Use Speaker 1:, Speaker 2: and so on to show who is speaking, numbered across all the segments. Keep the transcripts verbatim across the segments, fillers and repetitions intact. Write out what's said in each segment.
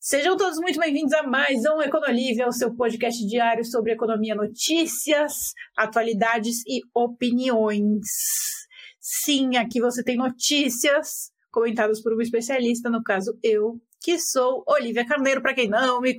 Speaker 1: Sejam todos muito bem-vindos a mais um Econolívia, o seu podcast diário sobre economia, notícias, atualidades e opiniões. Sim, aqui você tem notícias comentadas por um especialista, no caso eu, que sou Olivia Carneiro, para quem não me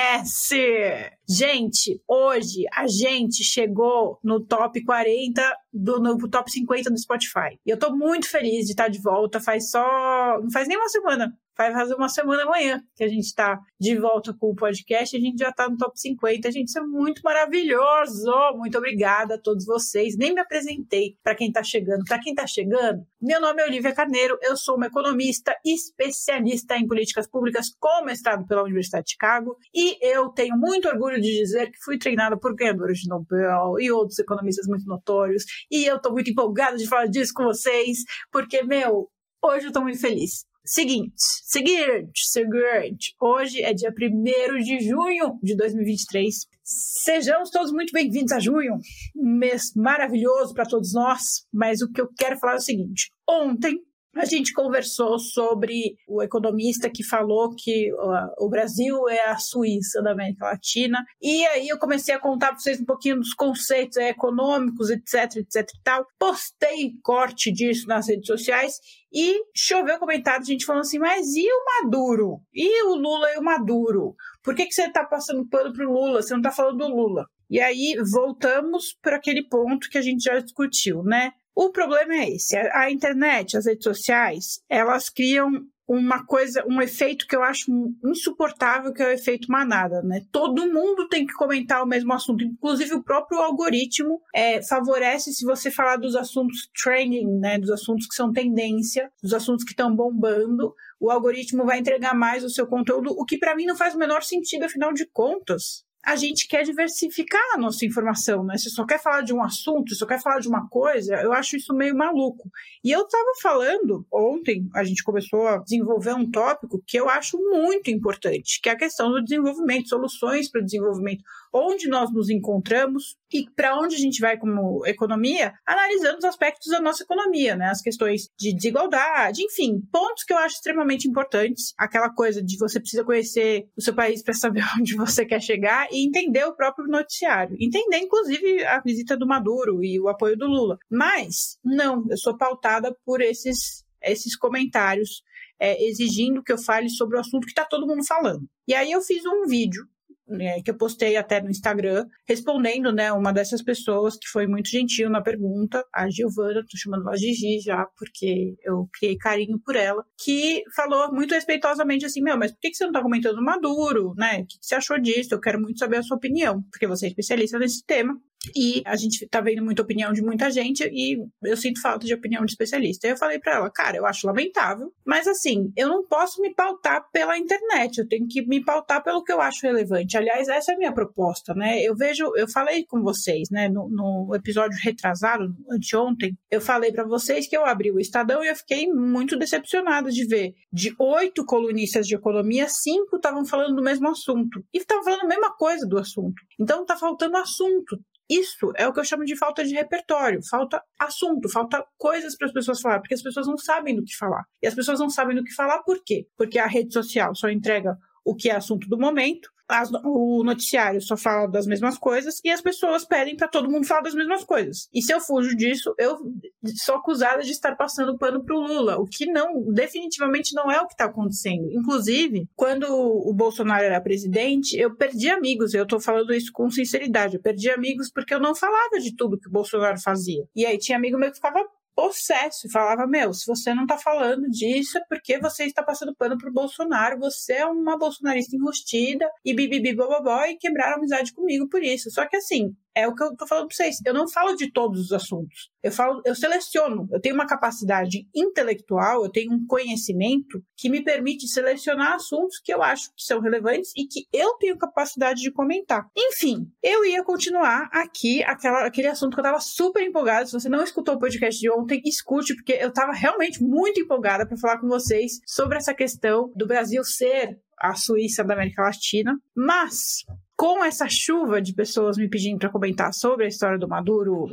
Speaker 1: conhece. Gente, hoje a gente chegou no top quarenta, do, no top cinquenta do Spotify. E eu tô muito feliz de estar de volta, faz só... não faz nem uma semana. Vai fazer uma semana amanhã que a gente tá de volta com o podcast, a gente já tá no top cinquenta, gente, isso é muito maravilhoso, muito obrigada a todos vocês, nem me apresentei para quem tá chegando, para quem tá chegando, meu nome é Olivia Carneiro, eu sou uma economista especialista em políticas públicas com mestrado pela Universidade de Chicago e eu tenho muito orgulho de dizer que fui treinada por ganhadores de Nobel e outros economistas muito notórios e eu tô muito empolgada de falar disso com vocês, porque, meu, hoje eu tô muito feliz. Seguinte, seguinte, seguinte, hoje é dia primeiro de junho de dois mil e vinte e três. Sejamos todos muito bem-vindos a junho, um mês maravilhoso para todos nós, mas o que eu quero falar é o seguinte, ontem a gente conversou sobre o economista que falou que uh, o Brasil é a Suíça da América Latina, e aí eu comecei a contar para vocês um pouquinho dos conceitos é, econômicos, etc, etc e tal. Postei corte disso nas redes sociais e choveu comentário de gente falando assim, mas e o Maduro? E o Lula e o Maduro? Por que, que você está passando pano para o Lula? Você não está falando do Lula? E aí voltamos para aquele ponto que a gente já discutiu, né? O problema é esse, a internet, as redes sociais, elas criam uma coisa, um efeito que eu acho insuportável, que é o efeito manada, né? Todo mundo tem que comentar o mesmo assunto, inclusive o próprio algoritmo é, favorece se você falar dos assuntos trending, né? Dos assuntos que são tendência, dos assuntos que estão bombando, o algoritmo vai entregar mais o seu conteúdo, o que para mim não faz o menor sentido, afinal de contas. A gente quer diversificar a nossa informação, né? Você só quer falar de um assunto, só quer falar de uma coisa, eu acho isso meio maluco. E eu estava falando, ontem a gente começou a desenvolver um tópico que eu acho muito importante, que é a questão do desenvolvimento, soluções para o desenvolvimento, onde nós nos encontramos e para onde a gente vai como economia, analisando os aspectos da nossa economia, né? As questões de desigualdade, enfim, pontos que eu acho extremamente importantes. Aquela coisa de você precisa conhecer o seu país para saber onde você quer chegar e entender o próprio noticiário. Entender, inclusive, a visita do Maduro e o apoio do Lula. Mas, não, eu sou pautada por esses, esses comentários é, exigindo que eu fale sobre o assunto que está todo mundo falando. E aí eu fiz um vídeo, né, que eu postei até no Instagram, respondendo, né, uma dessas pessoas que foi muito gentil na pergunta, a Giovana, tô chamando ela de Gi já, porque eu criei carinho por ela, que falou muito respeitosamente assim, meu, mas por que você não tá comentando o Maduro, né, o que você achou disso? Eu quero muito saber a sua opinião, porque você é especialista nesse tema. E a gente tá vendo muita opinião de muita gente e eu sinto falta de opinião de especialista. Aí eu falei pra ela, cara, eu acho lamentável, mas assim, eu não posso me pautar pela internet, eu tenho que me pautar pelo que eu acho relevante. Aliás, essa é a minha proposta, né? Eu vejo, eu falei com vocês, né, no, no episódio retrasado, anteontem, eu falei pra vocês que eu abri o Estadão e eu fiquei muito decepcionada de ver. De oito colunistas de economia, cinco estavam falando do mesmo assunto. E estavam falando a mesma coisa do assunto. Então tá faltando assunto. Isso é o que eu chamo de falta de repertório, falta assunto, falta coisas para as pessoas falar, porque as pessoas não sabem do que falar. E as pessoas não sabem do que falar por quê? Porque a rede social só entrega o que é assunto do momento, as, o noticiário só fala das mesmas coisas e as pessoas pedem para todo mundo falar das mesmas coisas. E se eu fujo disso, eu sou acusada de estar passando pano pro Lula, o que não, definitivamente não é o que está acontecendo. Inclusive, quando o Bolsonaro era presidente, eu perdi amigos, eu tô falando isso com sinceridade, eu perdi amigos porque eu não falava de tudo que o Bolsonaro fazia. E aí tinha amigo meu que ficava possesso e falava, meu, se você não tá falando disso é porque você está passando pano pro Bolsonaro, você é uma bolsonarista enrustida e bibibi bobobó e quebraram amizade comigo por isso. Só que assim, é o que eu tô falando pra vocês, eu não falo de todos os assuntos, eu falo, eu seleciono, eu tenho uma capacidade intelectual, eu tenho um conhecimento que me permite selecionar assuntos que eu acho que são relevantes e que eu tenho capacidade de comentar. Enfim, eu ia continuar aqui aquela, aquele assunto que eu tava super empolgada. Se você não escutou o podcast de ontem, escute, porque eu tava realmente muito empolgada para falar com vocês sobre essa questão do Brasil ser a Suíça da América Latina, mas com essa chuva de pessoas me pedindo para comentar sobre a história do Maduro,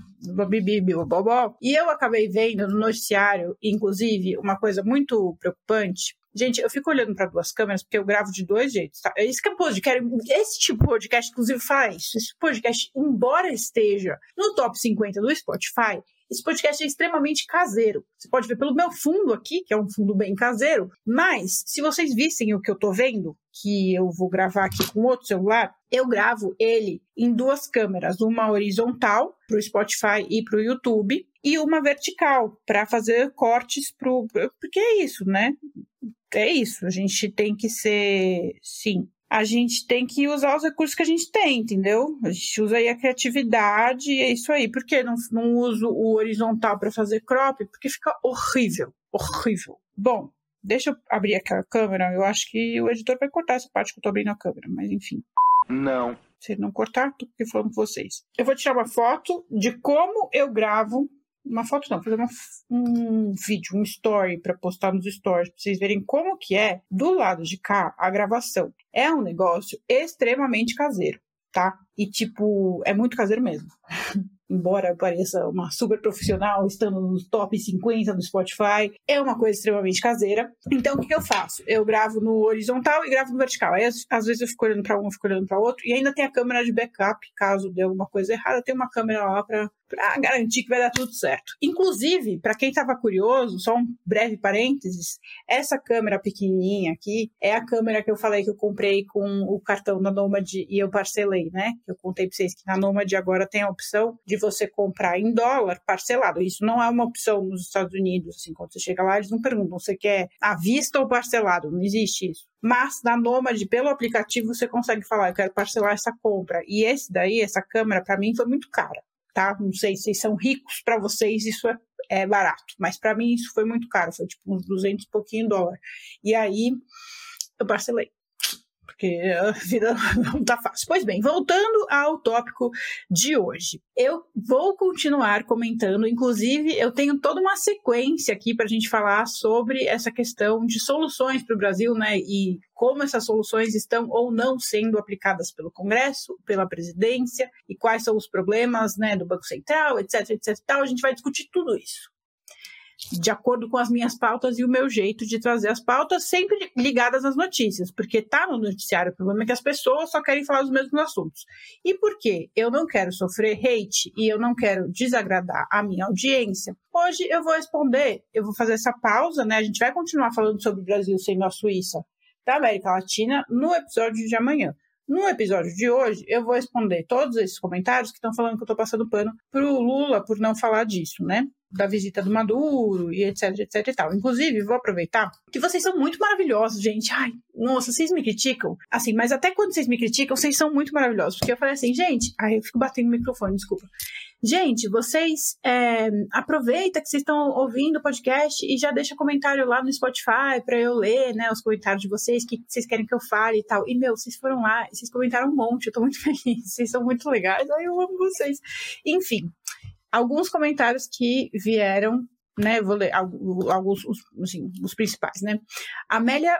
Speaker 1: bibibi, bobó, e eu acabei vendo no noticiário, inclusive, uma coisa muito preocupante, Gente, eu fico olhando para duas câmeras porque eu gravo de dois jeitos, tá? Esse que é podcast, esse tipo de podcast, inclusive, fala isso. Esse podcast, embora esteja no top cinquenta do Spotify, esse podcast é extremamente caseiro. Você pode ver pelo meu fundo aqui, que é um fundo bem caseiro, mas se vocês vissem o que eu tô vendo, que eu vou gravar aqui com outro celular, eu gravo ele em duas câmeras, uma horizontal para o Spotify e para o YouTube, e uma vertical para fazer cortes pro... porque é isso, né? É isso, a gente tem que ser, sim, a gente tem que usar os recursos que a gente tem, entendeu? A gente usa aí a criatividade e é isso aí. Por que não, não uso o horizontal para fazer crop? Porque fica horrível, horrível. Bom, deixa eu abrir aquela câmera, eu acho que o editor vai cortar essa parte que eu tô abrindo a câmera, mas enfim.
Speaker 2: Não.
Speaker 1: Se ele não cortar, tô aqui falando com vocês. Eu vou tirar uma foto de como eu gravo. Uma foto não, fazer uma, um vídeo, um story para postar nos stories, para vocês verem como que é do lado de cá a gravação. É um negócio extremamente caseiro, tá? E tipo, é muito caseiro mesmo. Embora pareça uma super profissional, estando nos top cinquenta do Spotify, é uma coisa extremamente caseira. Então, o que, que eu faço? Eu gravo no horizontal e gravo no vertical. Aí, às, às vezes, eu fico olhando para um, eu fico olhando para outro. E ainda tem a câmera de backup, caso dê alguma coisa errada, tem uma câmera lá para garantir que vai dar tudo certo. Inclusive, para quem estava curioso, só um breve parênteses, essa câmera pequenininha aqui é a câmera que eu falei que eu comprei com o cartão da Nomad e eu parcelei, né? Eu contei para vocês que na Nomad agora tem a opção de você comprar em dólar parcelado. Isso não é uma opção nos Estados Unidos, assim, quando você chega lá, eles não perguntam se você quer à vista ou parcelado, não existe isso. Mas na Nomad, pelo aplicativo, você consegue falar, eu quero parcelar essa compra. E esse daí, essa câmera, para mim, foi muito cara, tá? Não sei se vocês são ricos, para vocês isso é, é barato, mas para mim isso foi muito caro, foi tipo uns duzentos e pouquinho dólar. E aí, eu parcelei. Porque a vida não tá fácil. Pois bem, voltando ao tópico de hoje. Eu vou continuar comentando, inclusive eu tenho toda uma sequência aqui para a gente falar sobre essa questão de soluções para o Brasil, né? E como essas soluções estão ou não sendo aplicadas pelo Congresso, pela presidência, e quais são os problemas, né, do Banco Central, etc, etc e tal. A gente vai discutir tudo isso, de acordo com as minhas pautas e o meu jeito de trazer as pautas, sempre ligadas às notícias, porque tá no noticiário, o problema é que as pessoas só querem falar dos mesmos assuntos. E por quê? Eu não quero sofrer hate e eu não quero desagradar a minha audiência. Hoje eu vou responder, eu vou fazer essa pausa, né? A gente vai continuar falando sobre o Brasil sendo a Suíça da América Latina no episódio de amanhã. No episódio de hoje, eu vou responder todos esses comentários que estão falando que eu estou passando pano pro Lula por não falar disso, né? Da visita do Maduro e etc, etc e tal. Inclusive, vou aproveitar que vocês são muito maravilhosos, gente. Ai, nossa, vocês me criticam? Assim, mas até quando vocês me criticam, vocês são muito maravilhosos. Porque eu falei assim, gente... Ai, eu fico batendo no microfone, desculpa. Gente, vocês é, aproveita que vocês estão ouvindo o podcast e já deixa comentário lá no Spotify pra eu ler, né, os comentários de vocês, o que vocês querem que eu fale e tal. E, meu, vocês foram lá e vocês comentaram um monte, eu tô muito feliz. Vocês são muito legais, ai, eu amo vocês. Enfim... Alguns comentários que vieram, né, vou ler alguns, assim, os principais, né. Amélia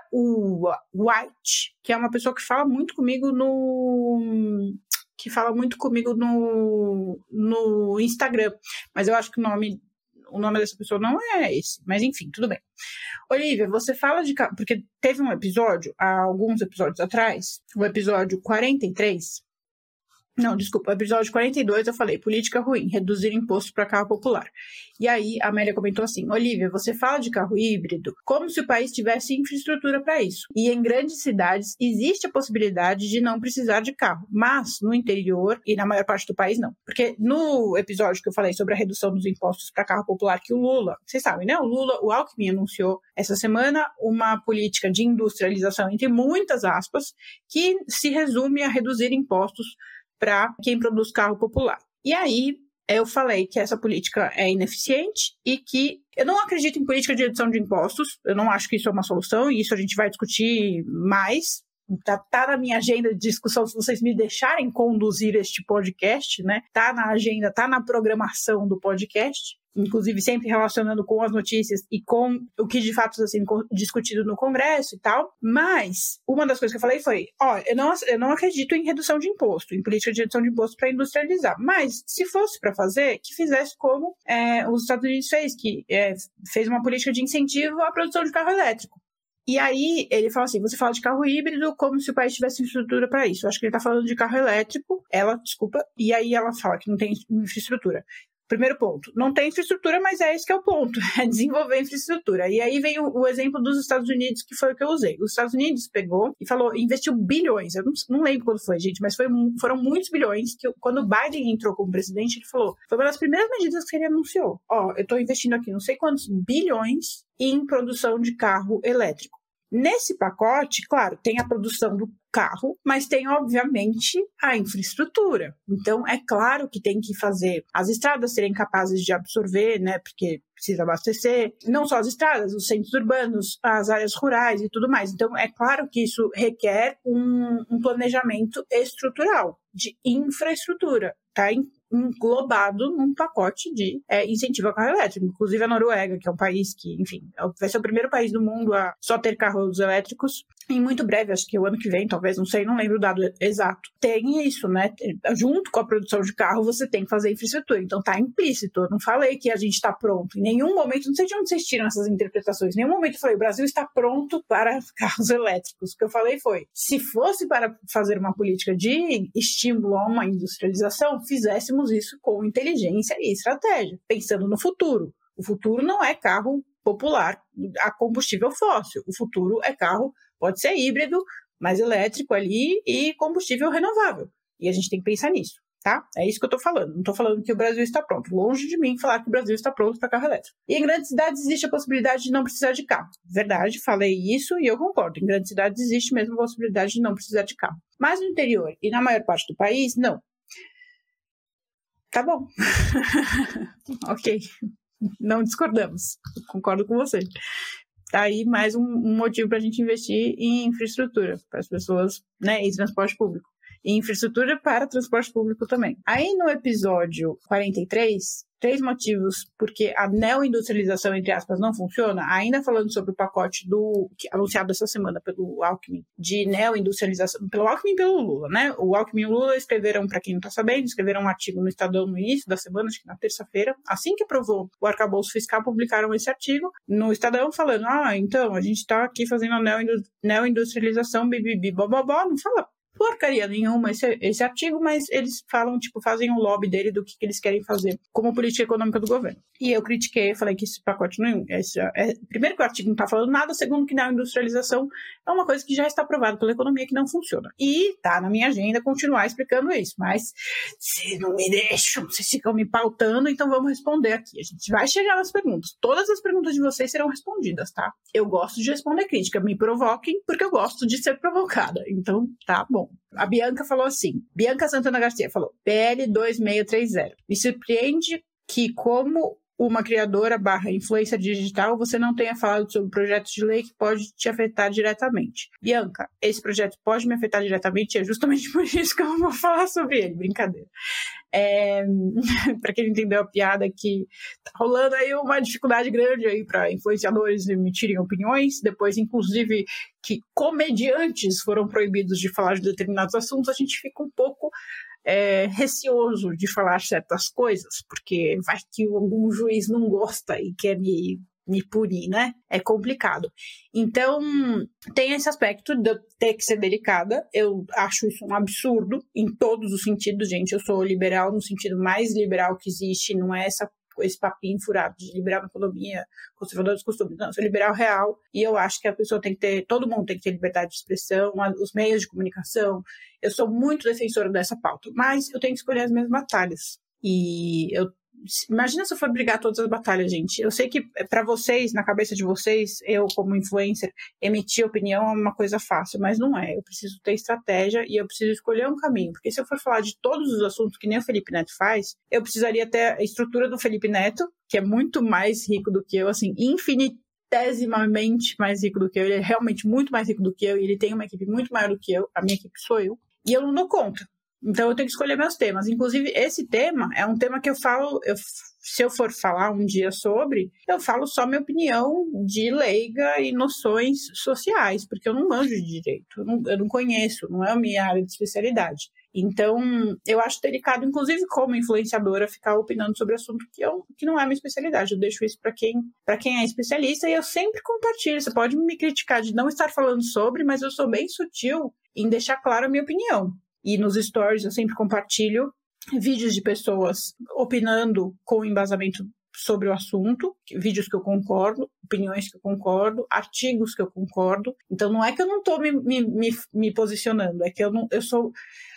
Speaker 1: White, que é uma pessoa que fala muito comigo no... que fala muito comigo no, no Instagram, mas eu acho que o nome, o nome dessa pessoa não é esse, mas enfim, tudo bem. Olivia, você fala de... Porque teve um episódio, há alguns episódios atrás, o episódio quarenta e três... Não, desculpa, episódio quarenta e dois eu falei, política ruim, reduzir imposto para carro popular. E aí a Amélia comentou assim, Olivia, você fala de carro híbrido como se o país tivesse infraestrutura para isso. E em grandes cidades existe a possibilidade de não precisar de carro, mas no interior e na maior parte do país não. Porque no episódio que eu falei sobre a redução dos impostos para carro popular que o Lula, vocês sabem, né? O Lula, o Alckmin anunciou essa semana uma política de industrialização, entre muitas aspas, que se resume a reduzir impostos para quem produz carro popular. E aí, eu falei que essa política é ineficiente e que eu não acredito em política de redução de impostos, eu não acho que isso é uma solução, e isso a gente vai discutir mais. Tá, tá na minha agenda de discussão, se vocês me deixarem conduzir este podcast, né? Tá na agenda, tá na programação do podcast, inclusive sempre relacionando com as notícias e com o que de fato está sendo discutido no Congresso e tal. Mas uma das coisas que eu falei foi, ó, eu não, eu não acredito em redução de imposto, em política de redução de imposto para industrializar. Mas se fosse para fazer, que fizesse como é, os Estados Unidos fez, que é, fez uma política de incentivo à produção de carro elétrico. E aí, ele fala assim, você fala de carro híbrido como se o país tivesse infraestrutura para isso. Eu acho que ele tá falando de carro elétrico, ela, desculpa, e aí ela fala que não tem infraestrutura. Primeiro ponto, não tem infraestrutura, mas é esse que é o ponto, é desenvolver infraestrutura. E aí vem o, o exemplo dos Estados Unidos, que foi o que eu usei. Os Estados Unidos pegou e falou, investiu bilhões, eu não, não lembro quando foi, gente, mas foi, foram muitos bilhões, que quando o Biden entrou como presidente, ele falou, foi uma das primeiras medidas que ele anunciou. Ó, eu tô investindo aqui não sei quantos bilhões em produção de carro elétrico. Nesse pacote, claro, tem a produção do carro, mas tem, obviamente, a infraestrutura. Então, é claro que tem que fazer as estradas serem capazes de absorver, né, porque precisa abastecer, não só as estradas, os centros urbanos, as áreas rurais e tudo mais. Então, é claro que isso requer um, um planejamento estrutural, de infraestrutura, tá? Englobado num pacote de é, incentivo ao carro elétrico. Inclusive a Noruega, que é um país que, enfim, vai ser o primeiro país do mundo a só ter carros elétricos. E muito breve, acho que o ano que vem, talvez, não sei, não lembro o dado exato. Tem isso, né? Junto com a produção de carro, você tem que fazer infraestrutura. Então tá implícito. Eu não falei que a gente tá pronto. Em nenhum momento, não sei de onde vocês tiram essas interpretações, em nenhum momento eu falei, o Brasil está pronto para carros elétricos. O que eu falei foi, se fosse para fazer uma política de estímulo a uma industrialização, fizéssemos isso com inteligência e estratégia, pensando no futuro. O futuro não é carro popular a combustível fóssil. O futuro é carro, pode ser híbrido, mas elétrico ali e combustível renovável. E a gente tem que pensar nisso, tá? É isso que eu tô falando. Não tô falando que o Brasil está pronto. Longe de mim falar que o Brasil está pronto para carro elétrico. E em grandes cidades existe a possibilidade de não precisar de carro. Verdade, falei isso e eu concordo. Em grandes cidades existe mesmo a possibilidade de não precisar de carro. Mas no interior e na maior parte do país, não. Tá bom. Ok. Não discordamos. Concordo com você. Tá aí mais um, um motivo para a gente investir em infraestrutura para as pessoas, né, e transporte público. E infraestrutura para transporte público também. Aí no episódio quarenta e três, três motivos porque a neoindustrialização, entre aspas, não funciona, ainda falando sobre o pacote do que, anunciado essa semana pelo Alckmin, de neoindustrialização, pelo Alckmin e pelo Lula, né? O Alckmin e o Lula escreveram, para quem não está sabendo, escreveram um artigo no Estadão no início da semana, acho que na terça-feira, assim que aprovou o arcabouço fiscal, publicaram esse artigo no Estadão falando, ah, então, a gente está aqui fazendo a neoindustrialização, bibibi, bobobó, não fala porcaria nenhuma esse, esse artigo, mas eles falam, tipo, fazem um lobby dele do que, que eles querem fazer como política econômica do governo. E eu critiquei, falei que esse pacote não esse, é, primeiro que o artigo não está falando nada, segundo que na industrialização é uma coisa que já está aprovada pela economia que não funciona. E tá na minha agenda continuar explicando isso, mas se não me deixam, vocês ficam me pautando, então vamos responder aqui. A gente vai chegar nas perguntas. Todas as perguntas de vocês serão respondidas, tá? Eu gosto de responder crítica, me provoquem, porque eu gosto de ser provocada. Então, tá bom. A Bianca falou assim, Bianca Santana Garcia falou, P L dois mil seiscentos e trinta. Me surpreende que, como uma criadora barra influência digital, você não tenha falado sobre projetos de lei que pode te afetar diretamente. Bianca, esse projeto pode me afetar diretamente, é justamente por isso que eu vou falar sobre ele, brincadeira. É, para quem não entendeu a piada, que tá rolando aí uma dificuldade grande aí para influenciadores emitirem opiniões, depois inclusive que comediantes foram proibidos de falar de determinados assuntos, a gente fica um pouco é, receoso de falar certas coisas, porque vai que algum juiz não gosta e quer me me punir, né? É complicado. Então, tem esse aspecto de eu ter que ser delicada. Eu acho isso um absurdo em todos os sentidos, gente. Eu sou liberal no sentido mais liberal que existe, não é essa, esse papinho furado de liberal na economia, conservador dos costumes. Não, eu sou liberal real e eu acho que a pessoa tem que ter, todo mundo tem que ter liberdade de expressão, os meios de comunicação. Eu sou muito defensora dessa pauta, mas eu tenho que escolher as minhas batalhas. E eu imagina se eu for brigar todas as batalhas, gente. Eu sei que pra vocês, na cabeça de vocês, eu como influencer, emitir opinião é uma coisa fácil, mas não é. Eu preciso ter estratégia e eu preciso escolher um caminho. Porque se eu for falar de todos os assuntos que nem o Felipe Neto faz, eu precisaria ter a estrutura do Felipe Neto, que é muito mais rico do que eu, assim, infinitesimamente mais rico do que eu. Ele é realmente muito mais rico do que eu e ele tem uma equipe muito maior do que eu. A minha equipe sou eu. E eu não dou conta. Então eu tenho que escolher meus temas. Inclusive, esse tema é um tema que eu falo, eu se eu for falar um dia sobre, eu falo só minha opinião de leiga e noções sociais, porque eu não manjo de direito, eu não, eu não conheço, não é a minha área de especialidade. Então, eu acho delicado, inclusive como influenciadora, ficar opinando sobre assunto que, eu, que não é a minha especialidade. Eu deixo isso para quem, para quem é especialista e eu sempre compartilho. Você pode me criticar de não estar falando sobre, mas eu sou bem sutil em deixar clara a minha opinião. E nos stories eu sempre compartilho vídeos de pessoas opinando com embasamento sobre o assunto, vídeos que eu concordo, opiniões que eu concordo, artigos que eu concordo. Então, não é que eu não estou me, me, me, me posicionando, é que eu, não, eu sou...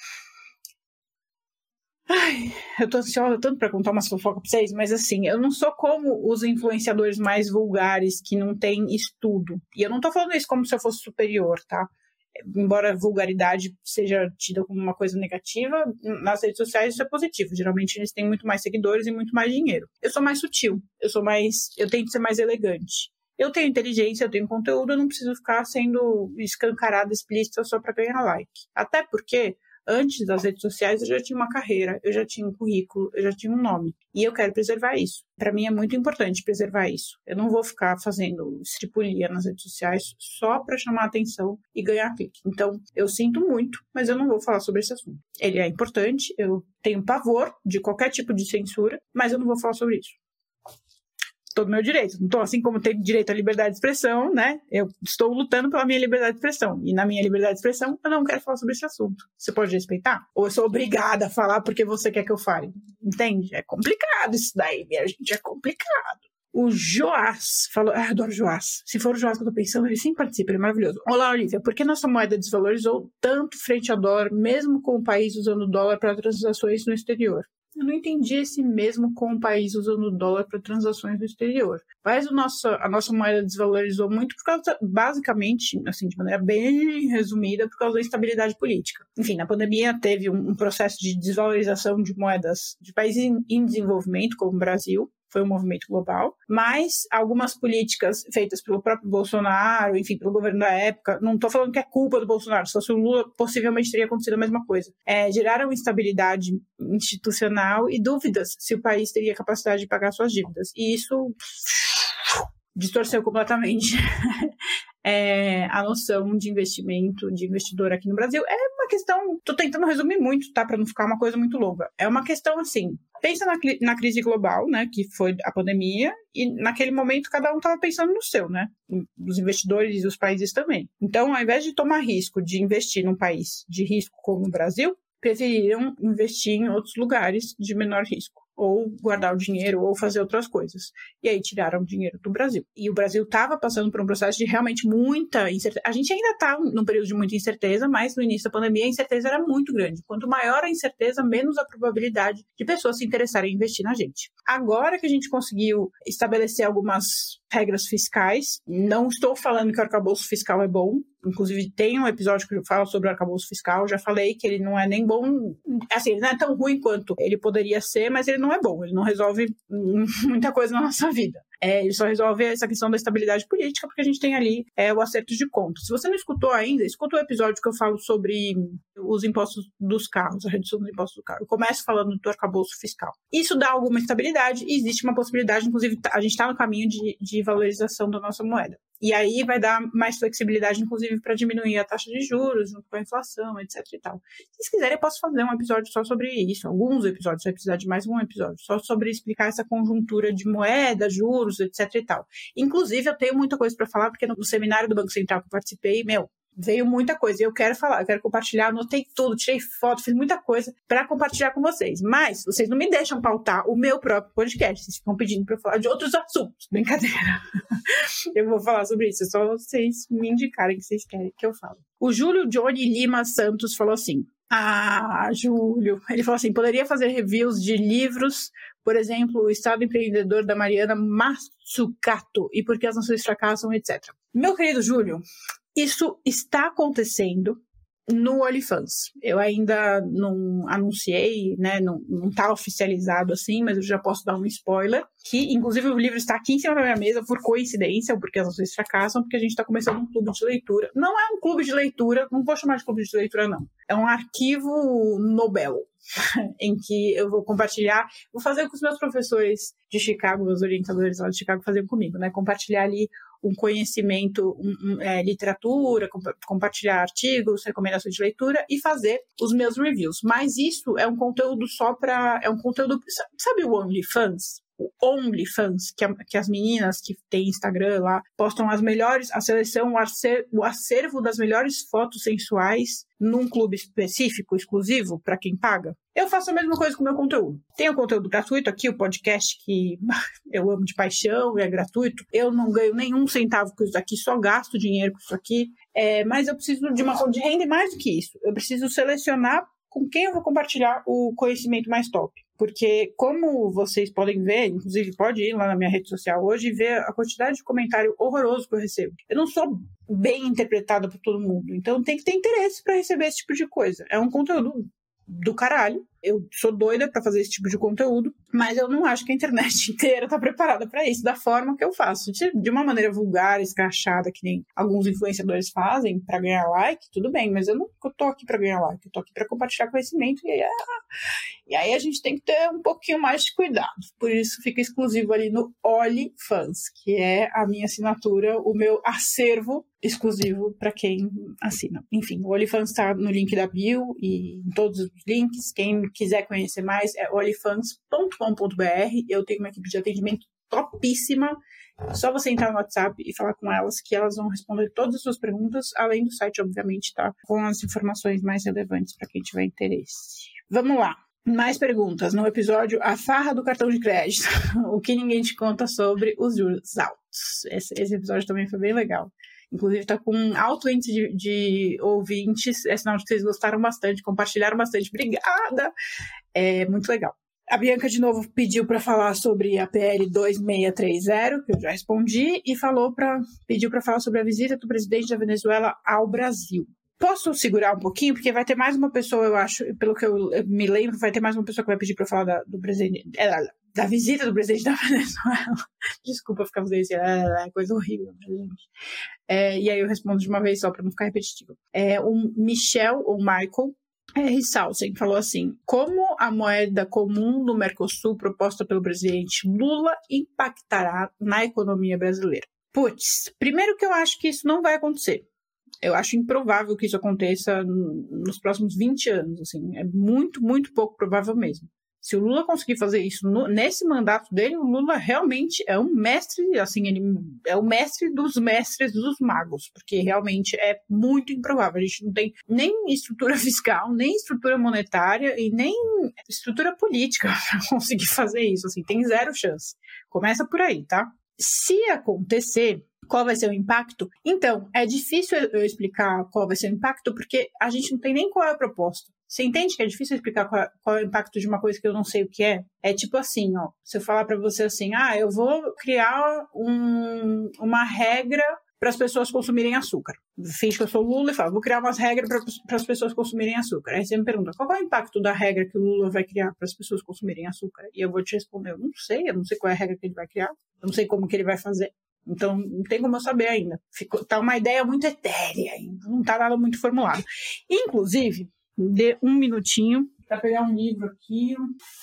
Speaker 1: Ai, eu tô ansiosa tanto pra contar umas fofocas pra vocês, mas assim, eu não sou como os influenciadores mais vulgares que não têm estudo. E eu não tô falando isso como se eu fosse superior, tá? Embora a vulgaridade seja tida como uma coisa negativa, nas redes sociais isso é positivo. Geralmente eles têm muito mais seguidores e muito mais dinheiro. Eu sou mais sutil, eu sou mais, eu tento ser mais elegante. Eu tenho inteligência, eu tenho conteúdo, eu não preciso ficar sendo escancarada, explícita só pra ganhar like. Até porque antes das redes sociais, eu já tinha uma carreira, eu já tinha um currículo, eu já tinha um nome. E eu quero preservar isso. Para mim é muito importante preservar isso. Eu não vou ficar fazendo estripulia nas redes sociais só para chamar atenção e ganhar clique. Então, eu sinto muito, mas eu não vou falar sobre esse assunto. Ele é importante, eu tenho pavor de qualquer tipo de censura, mas eu não vou falar sobre isso. Todo meu direito. Então, assim como tenho direito à liberdade de expressão, né? Eu estou lutando pela minha liberdade de expressão. E na minha liberdade de expressão, eu não quero falar sobre esse assunto. Você pode respeitar? Ou eu sou obrigada a falar porque você quer que eu fale? Entende? É complicado isso daí, minha gente. É complicado. O Joás falou... Ah, adoro o Joás. Se for o Joás que eu tô pensando, ele sempre participa. Ele é maravilhoso. Olá, Olivia. Por que nossa moeda desvalorizou tanto frente ao dólar, mesmo com o país usando o dólar para transações no exterior? Eu não entendi esse mesmo com o país usando o dólar para transações no exterior. Mas o nosso, a nossa moeda desvalorizou muito por causa, basicamente, assim, de maneira bem resumida, por causa da instabilidade política. Enfim, na pandemia teve um, um processo de desvalorização de moedas de países em, em desenvolvimento, como o Brasil. Foi um movimento global, mas algumas políticas feitas pelo próprio Bolsonaro, enfim, pelo governo da época, não estou falando que é culpa do Bolsonaro, só se o Lula possivelmente teria acontecido a mesma coisa, é, geraram instabilidade institucional e dúvidas se o país teria capacidade de pagar suas dívidas. E isso distorceu completamente é, a noção de investimento, de investidor aqui no Brasil. É uma questão, estou tentando resumir muito, tá, para não ficar uma coisa muito longa. É uma questão assim, pensa na, na crise global, né, que foi a pandemia, e naquele momento cada um estava pensando no seu, né, os investidores e os países também. Então, ao invés de tomar risco de investir num país de risco como o Brasil, preferiram investir em outros lugares de menor risco, ou guardar o dinheiro, ou fazer outras coisas. E aí tiraram o dinheiro do Brasil. E o Brasil estava passando por um processo de realmente muita incerteza. A gente ainda está num período de muita incerteza, mas no início da pandemia a incerteza era muito grande. Quanto maior a incerteza, menos a probabilidade de pessoas se interessarem em investir na gente. Agora que a gente conseguiu estabelecer algumas regras fiscais, não estou falando que o arcabouço fiscal é bom, inclusive tem um episódio que eu falo sobre o arcabouço fiscal, já falei que ele não é nem bom, assim, ele não é tão ruim quanto ele poderia ser, mas ele não é bom, ele não resolve muita coisa na nossa vida. É, ele só resolve essa questão da estabilidade política, porque a gente tem ali é, o acerto de contas. Se você não escutou ainda, escuta o episódio que eu falo sobre os impostos dos carros, a redução dos impostos do carro. Eu começo falando do arcabouço fiscal. Isso dá alguma estabilidade e existe uma possibilidade, inclusive, a gente está no caminho de, de valorização da nossa moeda. E aí vai dar mais flexibilidade, inclusive, para diminuir a taxa de juros junto com a inflação, etc e tal. Se vocês quiserem, eu posso fazer um episódio só sobre isso, alguns episódios, vai precisar de mais um episódio, só sobre explicar essa conjuntura de moeda, juros, etc e tal. Inclusive, eu tenho muita coisa para falar, porque no seminário do Banco Central que eu participei, meu, veio muita coisa, e eu quero falar, eu quero compartilhar, anotei tudo, tirei foto, fiz muita coisa para compartilhar com vocês, mas vocês não me deixam pautar o meu próprio podcast, vocês ficam pedindo para eu falar de outros assuntos, brincadeira. Eu vou falar sobre isso, é só vocês me indicarem que vocês querem que eu fale. O Júlio Johnny Lima Santos falou assim, ah, Júlio, ele falou assim, poderia fazer reviews de livros, por exemplo, O Estado Empreendedor da Mariana Mazzucato e Por que as Nações Fracassam, etcétera. Meu querido Júlio, isso está acontecendo, no OnlyFans. Eu ainda não anunciei, né, não, não tá oficializado assim, mas eu já posso dar um spoiler, que inclusive o livro está aqui em cima da minha mesa por coincidência, ou porque as vezes fracassam, porque a gente está começando um clube de leitura. Não é um clube de leitura, não vou chamar de clube de leitura não, é um arquivo Nobel, em que eu vou compartilhar, vou fazer o que os meus professores de Chicago, meus orientadores lá de Chicago faziam comigo, né, compartilhar ali um conhecimento, um, um, é, literatura, comp- compartilhar artigos, recomendações de leitura e fazer os meus reviews. Mas isso é um conteúdo só para... É um conteúdo... Sabe o OnlyFans? O OnlyFans, que, a, que as meninas que têm Instagram lá postam as melhores, a seleção, o acervo, o acervo das melhores fotos sensuais num clube específico, exclusivo, para quem paga. Eu faço a mesma coisa com o meu conteúdo. Tem o conteúdo gratuito aqui, o podcast que eu amo de paixão e é gratuito. Eu não ganho nenhum centavo com isso daqui, só gasto dinheiro com isso aqui. É, mas eu preciso de uma fonte de renda e mais do que isso. Eu preciso selecionar com quem eu vou compartilhar o conhecimento mais top. Porque, como vocês podem ver, inclusive pode ir lá na minha rede social hoje e ver a quantidade de comentário horroroso que eu recebo. Eu não sou bem interpretada por todo mundo, então tem que ter interesse para receber esse tipo de coisa. É um conteúdo do caralho. Eu sou doida pra fazer esse tipo de conteúdo, mas eu não acho que a internet inteira tá preparada pra isso, da forma que eu faço. De uma maneira vulgar, escrachada, que nem alguns influenciadores fazem pra ganhar like, tudo bem, mas eu não tô aqui pra ganhar like, eu tô aqui pra compartilhar conhecimento e aí, e aí a gente tem que ter um pouquinho mais de cuidado. Por isso fica exclusivo ali no OnlyFans, que é a minha assinatura, o meu acervo exclusivo para quem assina. Enfim, o OnlyFans está no link da bio e em todos os links. Quem quiser conhecer mais é onlyfans ponto com ponto b r. Eu tenho uma equipe de atendimento topíssima. É só você entrar no WhatsApp e falar com elas que elas vão responder todas as suas perguntas, além do site, obviamente, tá? Com as informações mais relevantes para quem tiver interesse. Vamos lá. Mais perguntas. No episódio A Farra do Cartão de Crédito. O que ninguém te conta sobre os juros altos. Esse, esse episódio também foi bem legal. Inclusive está com um alto índice de, de ouvintes. É sinal de que vocês gostaram bastante, compartilharam bastante. Obrigada! É muito legal. A Bianca, de novo, pediu para falar sobre a P L dois seis três zero, que eu já respondi, e falou pra, pediu para falar sobre a visita do presidente da Venezuela ao Brasil. Posso segurar um pouquinho? Porque vai ter mais uma pessoa, eu acho, pelo que eu me lembro, vai ter mais uma pessoa que vai pedir para falar da, do presidente, da visita do presidente da Venezuela. Desculpa ficar fazendo isso, é coisa horrível, né, gente? É, e aí eu respondo de uma vez só para não ficar repetitivo. É, o Michel, ou Michael R. Salsen, falou assim: como a moeda comum do Mercosul proposta pelo presidente Lula impactará na economia brasileira? Putz, primeiro que eu acho que isso não vai acontecer. Eu acho improvável que isso aconteça nos próximos vinte anos, assim. É muito, muito pouco provável mesmo. Se o Lula conseguir fazer isso no, nesse mandato dele, o Lula realmente é um mestre, assim, ele é o mestre dos mestres dos magos, porque realmente é muito improvável. A gente não tem nem estrutura fiscal, nem estrutura monetária e nem estrutura política para conseguir fazer isso, assim, tem zero chance. Começa por aí, tá? Se acontecer, qual vai ser o impacto? Então, é difícil eu explicar qual vai ser o impacto, porque a gente não tem nem qual é a proposta. Você entende que é difícil explicar qual é, qual é o impacto de uma coisa que eu não sei o que é? É tipo assim, ó, se eu falar pra você assim, ah, eu vou criar um, uma regra para as pessoas consumirem açúcar. Finge que eu sou o Lula e falo, vou criar umas regras para as pessoas consumirem açúcar. Aí você me pergunta, qual é o impacto da regra que o Lula vai criar para as pessoas consumirem açúcar? E eu vou te responder, eu não sei, eu não sei qual é a regra que ele vai criar, eu não sei como que ele vai fazer. Então, não tem como eu saber ainda. Ficou, tá uma ideia muito etérea ainda, não tá nada muito formulado. Inclusive, dê um minutinho para pegar um livro aqui.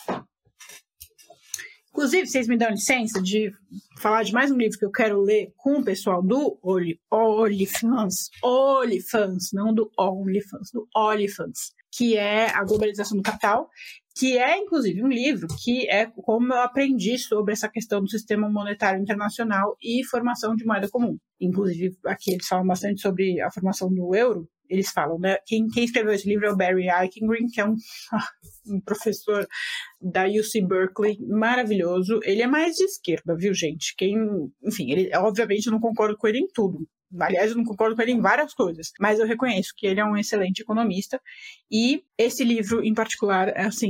Speaker 1: Inclusive, vocês me dão licença de falar de mais um livro que eu quero ler com o pessoal do OnlyFans, OnlyFans, não do OnlyFans, do OnlyFans, que é A Globalização do Capital, que é, inclusive, um livro que é como eu aprendi sobre essa questão do sistema monetário internacional e formação de moeda comum. Inclusive, aqui eles falam bastante sobre a formação do euro. Eles falam, né? Quem, quem escreveu esse livro é o Barry Eichengreen, que é um, um professor da U C Berkeley maravilhoso. Ele é mais de esquerda, viu, gente? Quem, enfim, ele, obviamente eu não concordo com ele em tudo. Aliás, eu não concordo com ele em várias coisas, mas eu reconheço que ele é um excelente economista. E esse livro, em particular, é assim,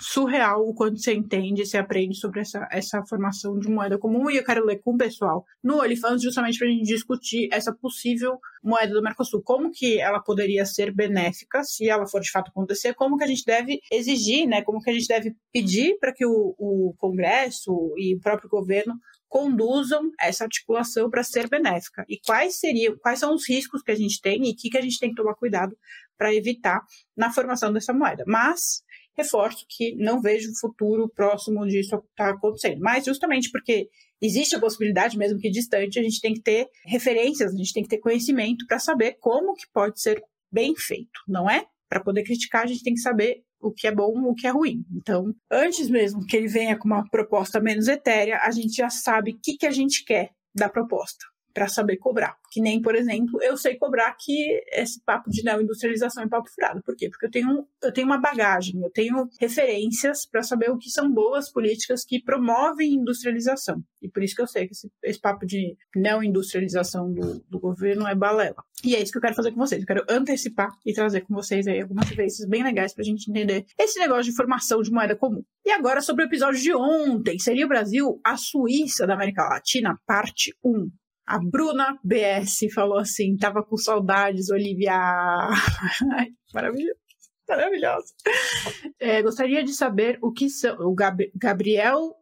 Speaker 1: surreal o quanto você entende, você aprende sobre essa, essa formação de moeda comum, e eu quero ler com o pessoal no OnlyFans justamente para a gente discutir essa possível moeda do Mercosul, como que ela poderia ser benéfica se ela for de fato acontecer, como que a gente deve exigir, né, como que a gente deve pedir para que o, o Congresso e o próprio governo conduzam essa articulação para ser benéfica, e quais seriam, quais são os riscos que a gente tem e o que, que a gente tem que tomar cuidado para evitar na formação dessa moeda. Mas reforço que não vejo futuro próximo disso estar acontecendo. Mas justamente porque existe a possibilidade, mesmo que distante, a gente tem que ter referências, a gente tem que ter conhecimento para saber como que pode ser bem feito, não é? Para poder criticar, a gente tem que saber o que é bom e o que é ruim. Então, antes mesmo que ele venha com uma proposta menos etérea, a gente já sabe o que, que a gente quer da proposta, para saber cobrar. Que nem, por exemplo, eu sei cobrar que esse papo de neoindustrialização é papo furado. Por quê? Porque eu tenho, eu tenho uma bagagem, eu tenho referências para saber o que são boas políticas que promovem industrialização. E por isso que eu sei que esse, esse papo de neoindustrialização do, do governo é balela. E é isso que eu quero fazer com vocês. Eu quero antecipar e trazer com vocês aí algumas referências bem legais para a gente entender esse negócio de formação de moeda comum. E agora sobre o episódio de ontem. Seria o Brasil a Suíça da América Latina, parte um. A Bruna B S falou assim, tava com saudades, Olivia. Ai, maravilhoso, maravilhoso. É, gostaria de saber o que são... O Gab- Gabriel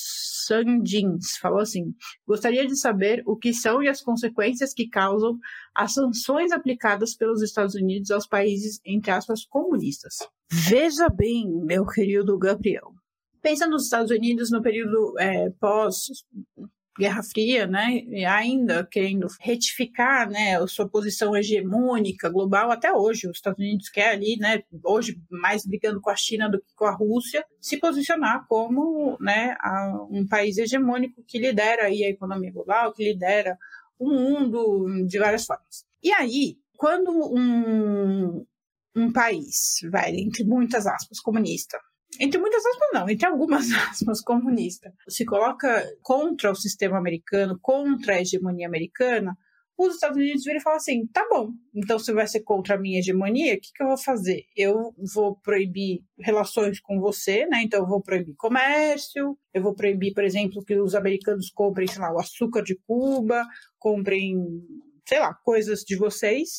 Speaker 1: Sandins falou assim, gostaria de saber o que são e as consequências que causam as sanções aplicadas pelos Estados Unidos aos países, entre aspas, comunistas. Veja bem, meu querido Gabriel. Pensa nos Estados Unidos no período é, pós... Guerra Fria, né, e ainda querendo retificar, né, a sua posição hegemônica global até hoje. Os Estados Unidos quer ali, né, hoje mais brigando com a China do que com a Rússia, se posicionar como, né, a, um país hegemônico que lidera aí a economia global, que lidera o mundo de várias formas. E aí, quando um, um país, vai, entre muitas aspas, comunista, entre muitas aspas não, entre algumas aspas, comunista, se coloca contra o sistema americano, contra a hegemonia americana, os Estados Unidos viram e falam assim, tá bom, então você vai ser contra a minha hegemonia, o que, que eu vou fazer? Eu vou proibir relações com você, né? Então eu vou proibir comércio, eu vou proibir, por exemplo, que os americanos comprem, sei lá, o açúcar de Cuba, comprem, sei lá, coisas de vocês,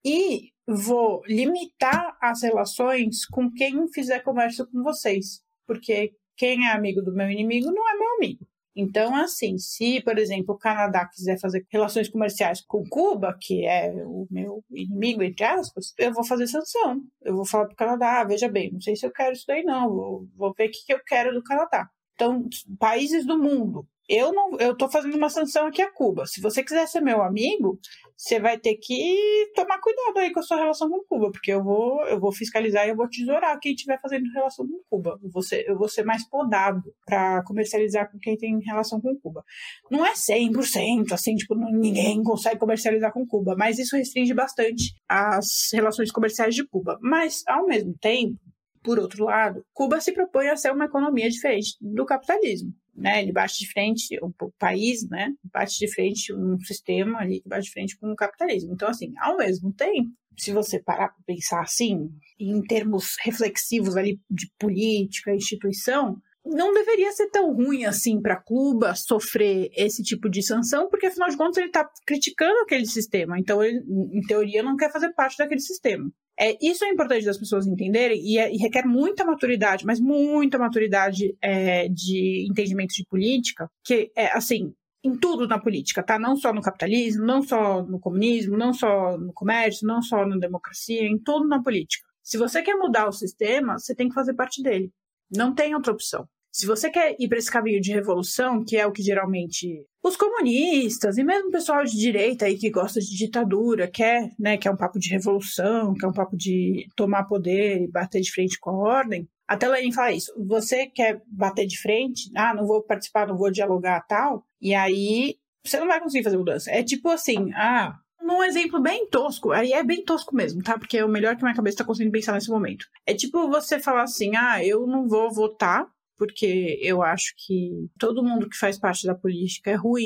Speaker 1: e vou limitar as relações com quem fizer comércio com vocês, porque quem é amigo do meu inimigo não é meu amigo. Então, assim, se, por exemplo, o Canadá quiser fazer relações comerciais com Cuba, que é o meu inimigo, entre aspas, eu vou fazer sanção. Eu vou falar pro Canadá, ah, veja bem, não sei se eu quero isso daí não, vou, vou ver o que, que eu quero do Canadá. Então, países do mundo, eu não, eu tô fazendo uma sanção aqui a Cuba. Se você quiser ser meu amigo, você vai ter que tomar cuidado aí com a sua relação com Cuba, porque eu vou, eu vou fiscalizar e eu vou tesourar quem estiver fazendo relação com Cuba. Eu vou ser, eu vou ser mais podado para comercializar com quem tem relação com Cuba. Não é cem por cento, assim, tipo, ninguém consegue comercializar com Cuba, mas isso restringe bastante as relações comerciais de Cuba. Mas, ao mesmo tempo, por outro lado, Cuba se propõe a ser uma economia diferente do capitalismo, né? Ele bate de frente, o país, né? Bate de frente um sistema ali que bate de frente com o capitalismo. Então, assim, ao mesmo tempo, se você parar para pensar assim, em termos reflexivos ali de política, instituição, não deveria ser tão ruim assim para Cuba sofrer esse tipo de sanção, porque afinal de contas ele está criticando aquele sistema, então ele, em teoria, não quer fazer parte daquele sistema. É, isso é importante das pessoas entenderem e, é, e requer muita maturidade, mas muita maturidade é, de entendimento de política, que é assim, em tudo na política, tá? Não só no capitalismo, não só no comunismo, não só no comércio, não só na democracia, em tudo na política. Se você quer mudar o sistema, você tem que fazer parte dele. Não tem outra opção. Se você quer ir para esse caminho de revolução, que é o que geralmente os comunistas e mesmo o pessoal de direita aí que gosta de ditadura quer, né, que é um papo de revolução, que é um papo de tomar poder e bater de frente com a ordem, até Lenin fala isso. Você quer bater de frente, ah, não vou participar, não vou dialogar tal, e aí você não vai conseguir fazer mudança. É tipo assim, ah... Num exemplo bem tosco, aí é bem tosco mesmo, tá? Porque é o melhor que minha cabeça tá conseguindo pensar nesse momento. É tipo você falar assim, ah, eu não vou votar, porque eu acho que todo mundo que faz parte da política é ruim,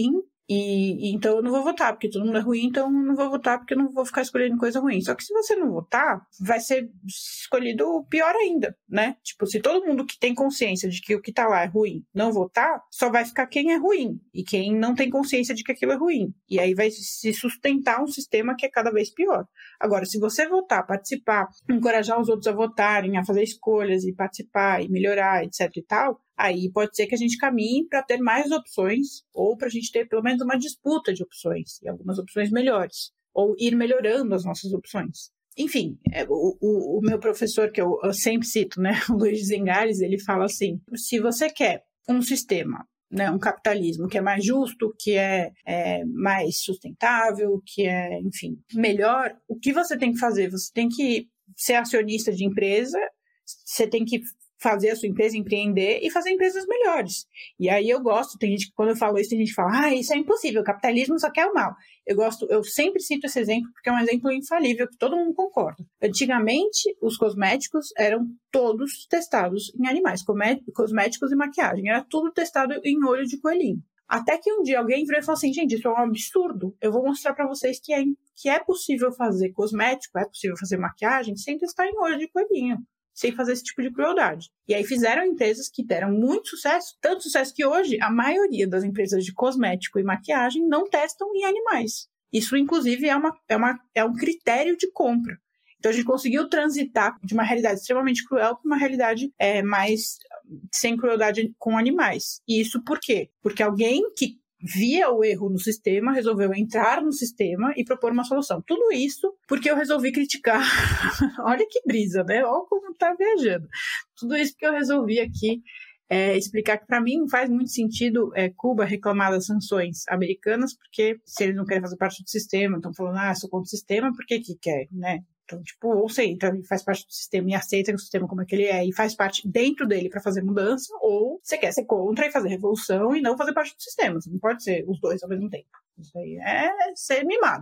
Speaker 1: E, e então eu não vou votar, porque todo mundo é ruim, então eu não vou votar porque eu não vou ficar escolhendo coisa ruim. Só que se você não votar, vai ser escolhido o pior ainda, né? Tipo, se todo mundo que tem consciência de que o que tá lá é ruim não votar, só vai ficar quem é ruim e quem não tem consciência de que aquilo é ruim. E aí vai se sustentar um sistema que é cada vez pior. Agora, se você votar, participar, encorajar os outros a votarem, a fazer escolhas e participar e melhorar, etc e tal, aí pode ser que a gente caminhe para ter mais opções ou para a gente ter pelo menos uma disputa de opções e algumas opções melhores, ou ir melhorando as nossas opções. Enfim, é, o, o, o meu professor, que eu, eu sempre cito, né, o Luiz Zengares, ele fala assim, se você quer um sistema, né, um capitalismo que é mais justo, que é, é mais sustentável, que é, enfim, melhor, o que você tem que fazer? Você tem que ser acionista de empresa, você tem que fazer a sua empresa empreender e fazer empresas melhores. E aí eu gosto, tem gente que quando eu falo isso, tem gente que fala, ah, isso é impossível, o capitalismo só quer o mal. Eu gosto, eu sempre cito esse exemplo porque é um exemplo infalível que todo mundo concorda. Antigamente, os cosméticos eram todos testados em animais, cosméticos e maquiagem, era tudo testado em olho de coelhinho. Até que um dia alguém virou e falou assim, gente, isso é um absurdo, eu vou mostrar pra vocês que é, que é possível fazer cosmético, é possível fazer maquiagem sem testar em olho de coelhinho, sem fazer esse tipo de crueldade. E aí fizeram empresas que deram muito sucesso, tanto sucesso que hoje a maioria das empresas de cosmético e maquiagem não testam em animais. Isso, inclusive, é, uma, é, uma, é um critério de compra. Então a gente conseguiu transitar de uma realidade extremamente cruel para uma realidade é, mais sem crueldade com animais. E isso por quê? Porque alguém que via o erro no sistema, resolveu entrar no sistema e propor uma solução. Tudo isso porque eu resolvi criticar. Olha que brisa, né? Olha como tá viajando. Tudo isso porque eu resolvi aqui é, explicar que para mim não faz muito sentido é, Cuba reclamar das sanções americanas, porque se eles não querem fazer parte do sistema, estão falando, ah, sou contra o sistema, por que que quer, né? Então, tipo, ou você entra e faz parte do sistema e aceita o sistema como é que ele é e faz parte dentro dele para fazer mudança, ou você quer ser contra e fazer revolução e não fazer parte do sistema. Você não pode ser os dois ao mesmo tempo. Isso aí é ser mimado.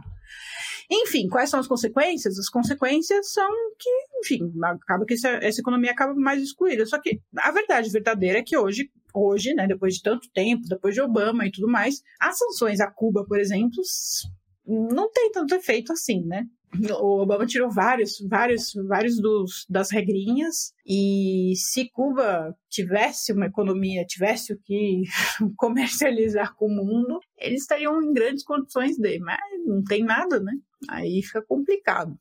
Speaker 1: Enfim, quais são as consequências? As consequências são que, enfim, acaba que essa, essa economia acaba mais excluída. Só que a verdade verdadeira é que hoje, hoje, né, depois de tanto tempo, depois de Obama e tudo mais, as sanções a Cuba, por exemplo, não tem tanto efeito assim, né? O Obama tirou vários, vários, vários dos, das regrinhas, e se Cuba tivesse uma economia, tivesse o que comercializar com o mundo, eles estariam em grandes condições de, mas não tem nada, né? Aí fica complicado.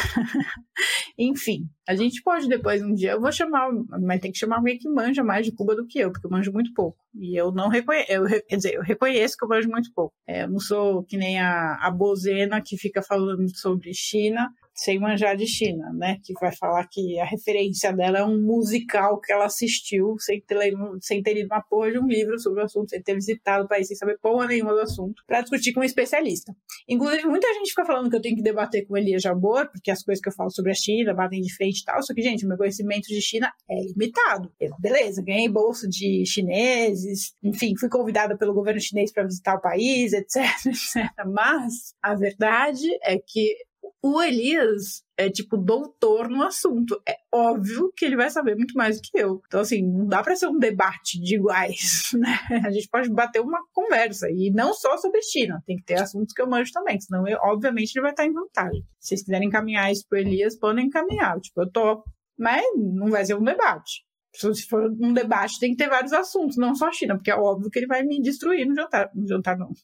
Speaker 1: Enfim, a gente pode depois um dia, eu vou chamar, mas tem que chamar alguém que manja mais de Cuba do que eu, porque eu manjo muito pouco. E eu não reconheço, eu, quer dizer, eu reconheço que eu manjo muito pouco. É, eu não sou que nem a, a Bozena que fica falando sobre China sem manjar de China, né? Que vai falar que a referência dela é um musical que ela assistiu sem ter, lido, sem ter lido uma porra de um livro sobre o assunto, sem ter visitado o país, sem saber porra nenhuma do assunto, para discutir com um especialista. Inclusive, muita gente fica falando que eu tenho que debater com Elias Jabbour, porque as coisas que eu falo sobre a China batem de frente e tal, só que, gente, o meu conhecimento de China é limitado. Eu, beleza, ganhei bolsa de chineses, enfim, fui convidada pelo governo chinês para visitar o país, etc, etcétera. Mas a verdade é que o Elias é, tipo, doutor no assunto. É óbvio que ele vai saber muito mais do que eu. Então, assim, não dá pra ser um debate de iguais, né? A gente pode bater uma conversa. E não só sobre China. Tem que ter assuntos que eu manjo também. Senão, eu, obviamente, ele vai estar em vantagem. Se vocês quiserem encaminhar isso pro Elias, podem encaminhar. Tipo, eu tô... Mas não vai ser um debate. Se for um debate, tem que ter vários assuntos, não só a China, porque é óbvio que ele vai me destruir no jantar. No jantar, não.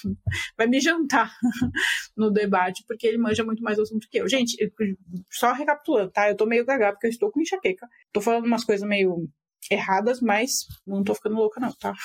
Speaker 1: Vai me jantar no debate, porque ele manja muito mais assunto que eu. Gente, só recapitulando, tá? Eu tô meio gaga, porque eu estou com enxaqueca. Tô falando umas coisas meio erradas, mas não tô ficando louca, não, tá?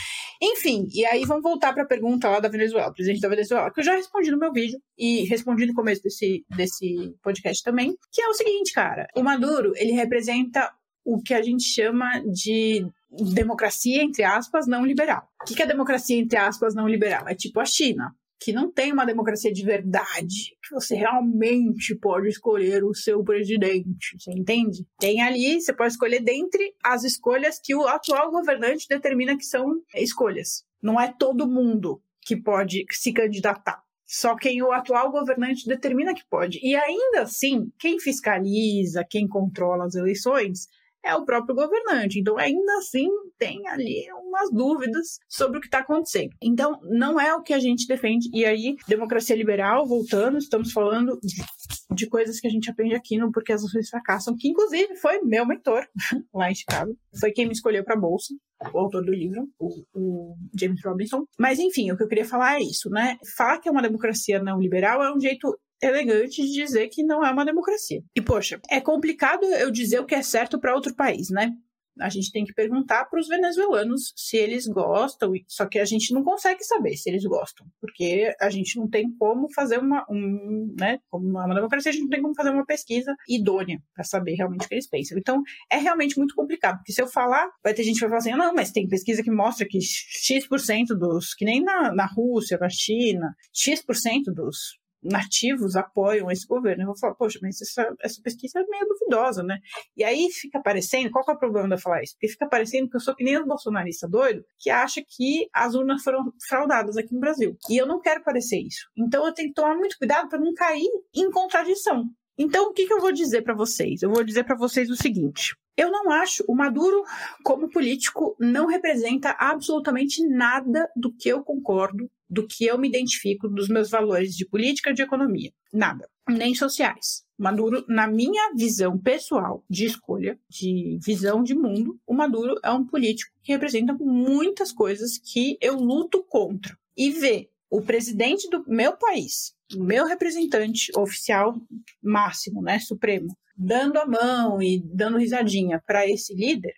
Speaker 1: Enfim, e aí vamos voltar pra pergunta lá da Venezuela, presidente da Venezuela, que eu já respondi no meu vídeo e respondi no começo desse, desse podcast também, que é o seguinte, cara. O Maduro, ele representa o que a gente chama de democracia, entre aspas, não liberal. O que é democracia, entre aspas, não liberal? É tipo a China, que não tem uma democracia de verdade, que você realmente pode escolher o seu presidente, você entende? Tem ali, você pode escolher dentre as escolhas que o atual governante determina que são escolhas. Não é todo mundo que pode se candidatar. Só quem o atual governante determina que pode. E ainda assim, quem fiscaliza, quem controla as eleições é o próprio governante. Então, ainda assim, tem ali umas dúvidas sobre o que está acontecendo. Então, não é o que a gente defende. E aí, democracia liberal, voltando, estamos falando de, de coisas que a gente aprende aqui no Porque as Nações Fracassam, que inclusive foi meu mentor lá em Chicago. Foi quem me escolheu para a bolsa, o autor do livro, o, o James Robinson. Mas, enfim, o que eu queria falar é isso, né? Falar que é uma democracia não liberal é um jeito elegante de dizer que não é uma democracia. E, poxa, é complicado eu dizer o que é certo para outro país, né? A gente tem que perguntar para os venezuelanos se eles gostam, só que a gente não consegue saber se eles gostam, porque a gente não tem como fazer uma, um, né, como uma democracia, a gente não tem como fazer uma pesquisa idônea para saber realmente o que eles pensam. Então, é realmente muito complicado, porque se eu falar, vai ter gente que vai falar assim, não, mas tem pesquisa que mostra que X por cento dos, que nem na, na Rússia, na China, X por cento dos nativos apoiam esse governo. Eu vou falar, poxa, mas essa, essa pesquisa é meio duvidosa, né? E aí fica parecendo, qual que é o problema de eu falar isso? Porque fica parecendo que eu sou que nem um bolsonarista doido que acha que as urnas foram fraudadas aqui no Brasil. E eu não quero parecer isso. Então eu tenho que tomar muito cuidado para não cair em contradição. Então o que, que eu vou dizer para vocês? Eu vou dizer para vocês o seguinte. Eu não acho, o Maduro, como político, não representa absolutamente nada do que eu concordo, do que eu me identifico, dos meus valores de política e de economia. Nada. Nem sociais. Maduro, na minha visão pessoal de escolha, de visão de mundo, o Maduro é um político que representa muitas coisas que eu luto contra. E ver o presidente do meu país, o meu representante oficial máximo, né, supremo, dando a mão e dando risadinha para esse líder,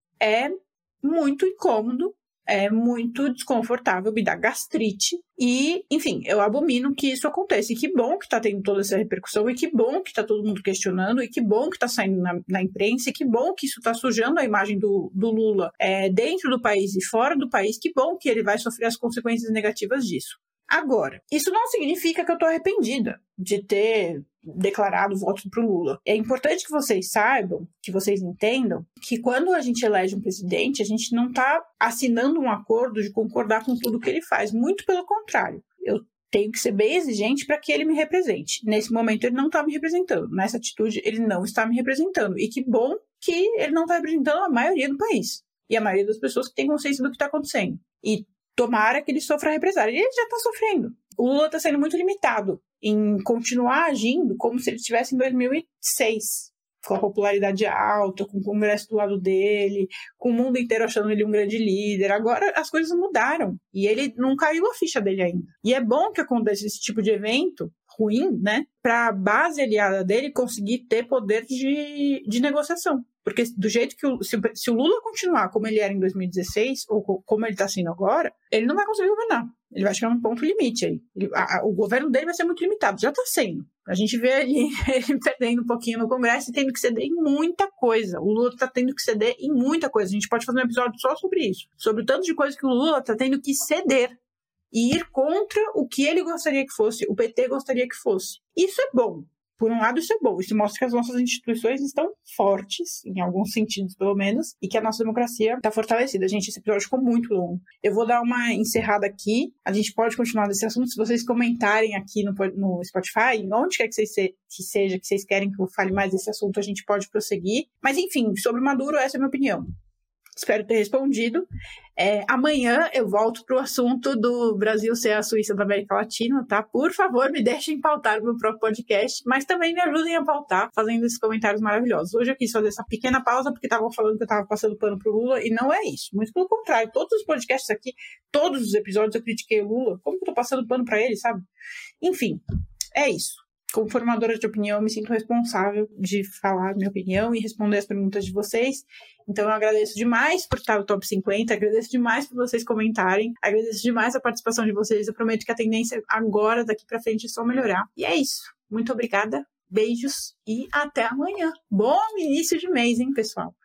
Speaker 1: é muito incômodo, é muito desconfortável, me dá gastrite e, enfim, eu abomino que isso aconteça. E que bom que está tendo toda essa repercussão, e que bom que está todo mundo questionando, e que bom que está saindo na, na imprensa, e que bom que isso está sujando a imagem do, do Lula é, dentro do país e fora do país, que bom que ele vai sofrer as consequências negativas disso. Agora, isso não significa que eu estou arrependida de ter declarado voto para o Lula. É importante que vocês saibam, que vocês entendam, que quando a gente elege um presidente, a gente não está assinando um acordo de concordar com tudo que ele faz. Muito pelo contrário. Eu tenho que ser bem exigente para que ele me represente. Nesse momento, ele não está me representando. Nessa atitude, ele não está me representando. E que bom que ele não está representando a maioria do país. E a maioria das pessoas que têm consciência do que está acontecendo. E tomara que ele sofra represália. E ele já está sofrendo. O Lula está sendo muito limitado em continuar agindo como se ele estivesse em dois mil e seis, com a popularidade alta, com o Congresso do lado dele, com o mundo inteiro achando ele um grande líder. Agora as coisas mudaram e ele não caiu a ficha dele ainda. E é bom que aconteça esse tipo de evento ruim, né, para a base aliada dele conseguir ter poder de, de negociação. Porque do jeito que o, se, se o Lula continuar como ele era em dois mil e dezesseis, ou como ele está sendo agora, ele não vai conseguir governar. Ele vai chegar num ponto limite aí. Ele, a, a, o governo dele vai ser muito limitado, já está sendo. A gente vê ele, ele perdendo um pouquinho no Congresso e tendo que ceder em muita coisa. O Lula está tendo que ceder em muita coisa. A gente pode fazer um episódio só sobre isso. Sobre o tanto de coisa que o Lula está tendo que ceder e ir contra o que ele gostaria que fosse, o P T gostaria que fosse. Isso é bom. Por um lado, isso é bom. Isso mostra que as nossas instituições estão fortes, em alguns sentidos, pelo menos, e que a nossa democracia está fortalecida. Gente, esse episódio ficou muito longo. Eu vou dar uma encerrada aqui. A gente pode continuar desse assunto se vocês comentarem aqui no, no Spotify, onde quer que, vocês se, que seja, que vocês querem que eu fale mais desse assunto, a gente pode prosseguir. Mas, enfim, sobre o Maduro, essa é a minha opinião. Espero ter respondido. É, amanhã eu volto para o assunto do Brasil ser a Suíça da América Latina, tá? Por favor, me deixem pautar o meu próprio podcast, mas também me ajudem a pautar fazendo esses comentários maravilhosos. Hoje eu quis fazer essa pequena pausa porque estavam falando que eu estava passando pano pro Lula e não é isso. Muito pelo contrário, todos os podcasts aqui, todos os episódios eu critiquei o Lula. Como que eu tô passando pano para ele, sabe? Enfim, é isso. Como formadora de opinião, eu me sinto responsável de falar minha opinião e responder as perguntas de vocês. Então, eu agradeço demais por estar no Top cinquenta, agradeço demais por vocês comentarem, agradeço demais a participação de vocês. Eu prometo que a tendência agora, daqui pra frente, é só melhorar. E é isso. Muito obrigada, beijos e até amanhã. Bom início de mês, hein, pessoal?